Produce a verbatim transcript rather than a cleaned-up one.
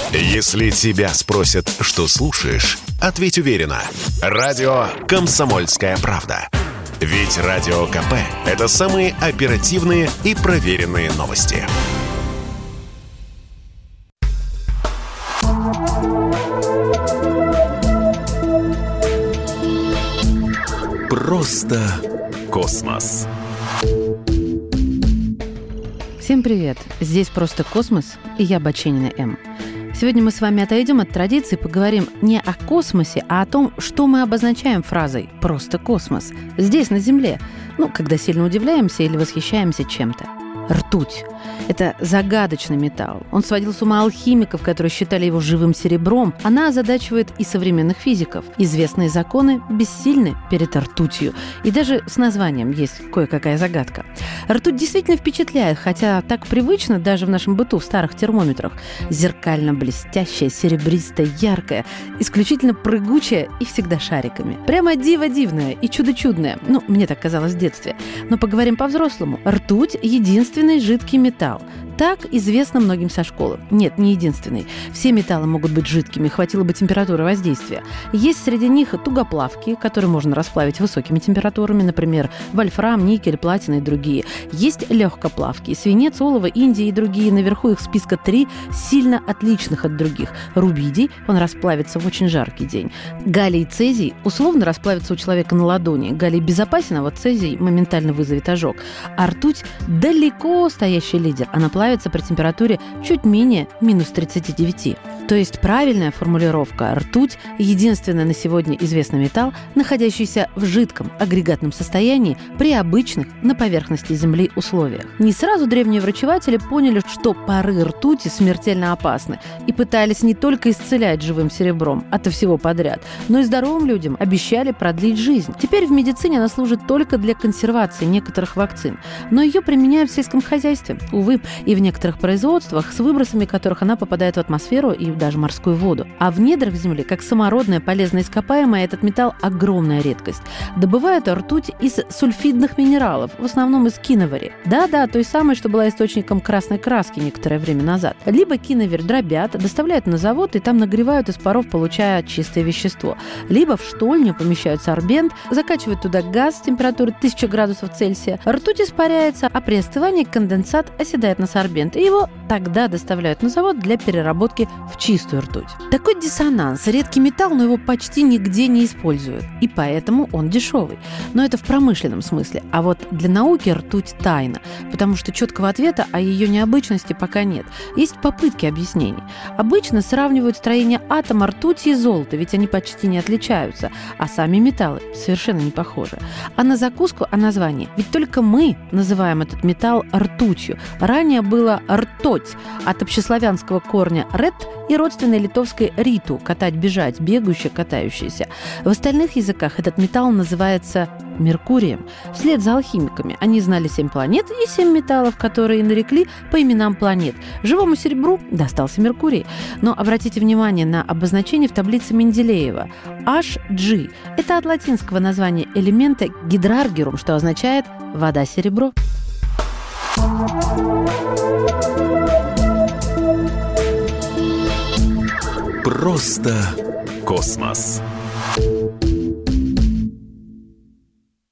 Если тебя спросят, что слушаешь, ответь уверенно. Радио «Комсомольская правда». Ведь Радио КП – это самые оперативные и проверенные новости. Просто космос. Всем привет! Здесь «Просто космос» и я, Баченина М. Сегодня мы с вами отойдем от традиции и поговорим не о космосе, а о том, что мы обозначаем фразой «просто космос» здесь, на Земле, ну, когда сильно удивляемся или восхищаемся чем-то. Ртуть. Это загадочный металл. Он сводил с ума алхимиков, которые считали его живым серебром. Она озадачивает и современных физиков. Известные законы бессильны перед ртутью. И даже с названием есть кое-какая загадка. Ртуть действительно впечатляет, хотя так привычно даже в нашем быту в старых термометрах. Зеркально-блестящая, серебристая, яркая, исключительно прыгучая и всегда шариками. Прямо диво-дивная и чудо-чудная. Ну, мне так казалось в детстве. Но поговорим по-взрослому. Ртуть – единственный жидкий металл. Так известно многим со школы. Нет, не единственный. Все металлы могут быть жидкими, хватило бы температуры воздействия. Есть среди них тугоплавкие, которые можно расплавить высокими температурами, например, вольфрам, никель, платина и другие. Есть легкоплавкие, свинец, олово, индий и другие. Наверху их списка три, сильно отличных от других. Рубидий, он расплавится в очень жаркий день. Галлий и цезий условно расплавится у человека на ладони. Галлий безопасен, а вот цезий моментально вызовет ожог. А ртуть далеко стоящий лидер. Она плавится при температуре чуть менее минус тридцать девять. То есть правильная формулировка – ртуть – единственный на сегодня известный металл, находящийся в жидком агрегатном состоянии при обычных на поверхности Земли условиях. Не сразу древние врачеватели поняли, что пары ртути смертельно опасны, и пытались не только исцелять живым серебром ото всего подряд, но и здоровым людям обещали продлить жизнь. Теперь в медицине она служит только для консервации некоторых вакцин, но ее применяют в сельском хозяйстве, увы, и в некоторых производствах, с выбросами которых она попадает в атмосферу и даже морскую воду. А в недрах Земли, как самородное полезное ископаемое, этот металл – огромная редкость. Добывают ртуть из сульфидных минералов, в основном из киновари. Да-да, той самой, что была источником красной краски некоторое время назад. Либо киноварь дробят, доставляют на завод и там нагревают из паров, получая чистое вещество. Либо в штольню помещают сорбент, закачивают туда газ с температурой тысяча градусов Цельсия. Ртуть испаряется, а при остывании конденсат оседает на сорбент, и его тогда доставляют на завод для переработки в чистую ртуть. Такой диссонанс. Редкий металл, но его почти нигде не используют. И поэтому он дешевый. Но это в промышленном смысле. А вот для науки ртуть тайна. Потому что четкого ответа о ее необычности пока нет. Есть попытки объяснений. Обычно сравнивают строение атома ртути и золота, ведь они почти не отличаются. А сами металлы совершенно не похожи. А на закуску о названии. Ведь только мы называем этот металл ртутью. Ранее было ртоть от общеславянского корня «рет» и родственной литовской «риту» – катать-бежать, бегающая, катающаяся. В остальных языках этот металл называется Меркурием. Вслед за алхимиками они знали семь планет и семь металлов, которые нарекли по именам планет. Живому серебру достался Меркурий. Но обратите внимание на обозначение в таблице Менделеева. эйч джи – это от латинского названия элемента гидраргирум, что означает «вода-серебро». Просто космос.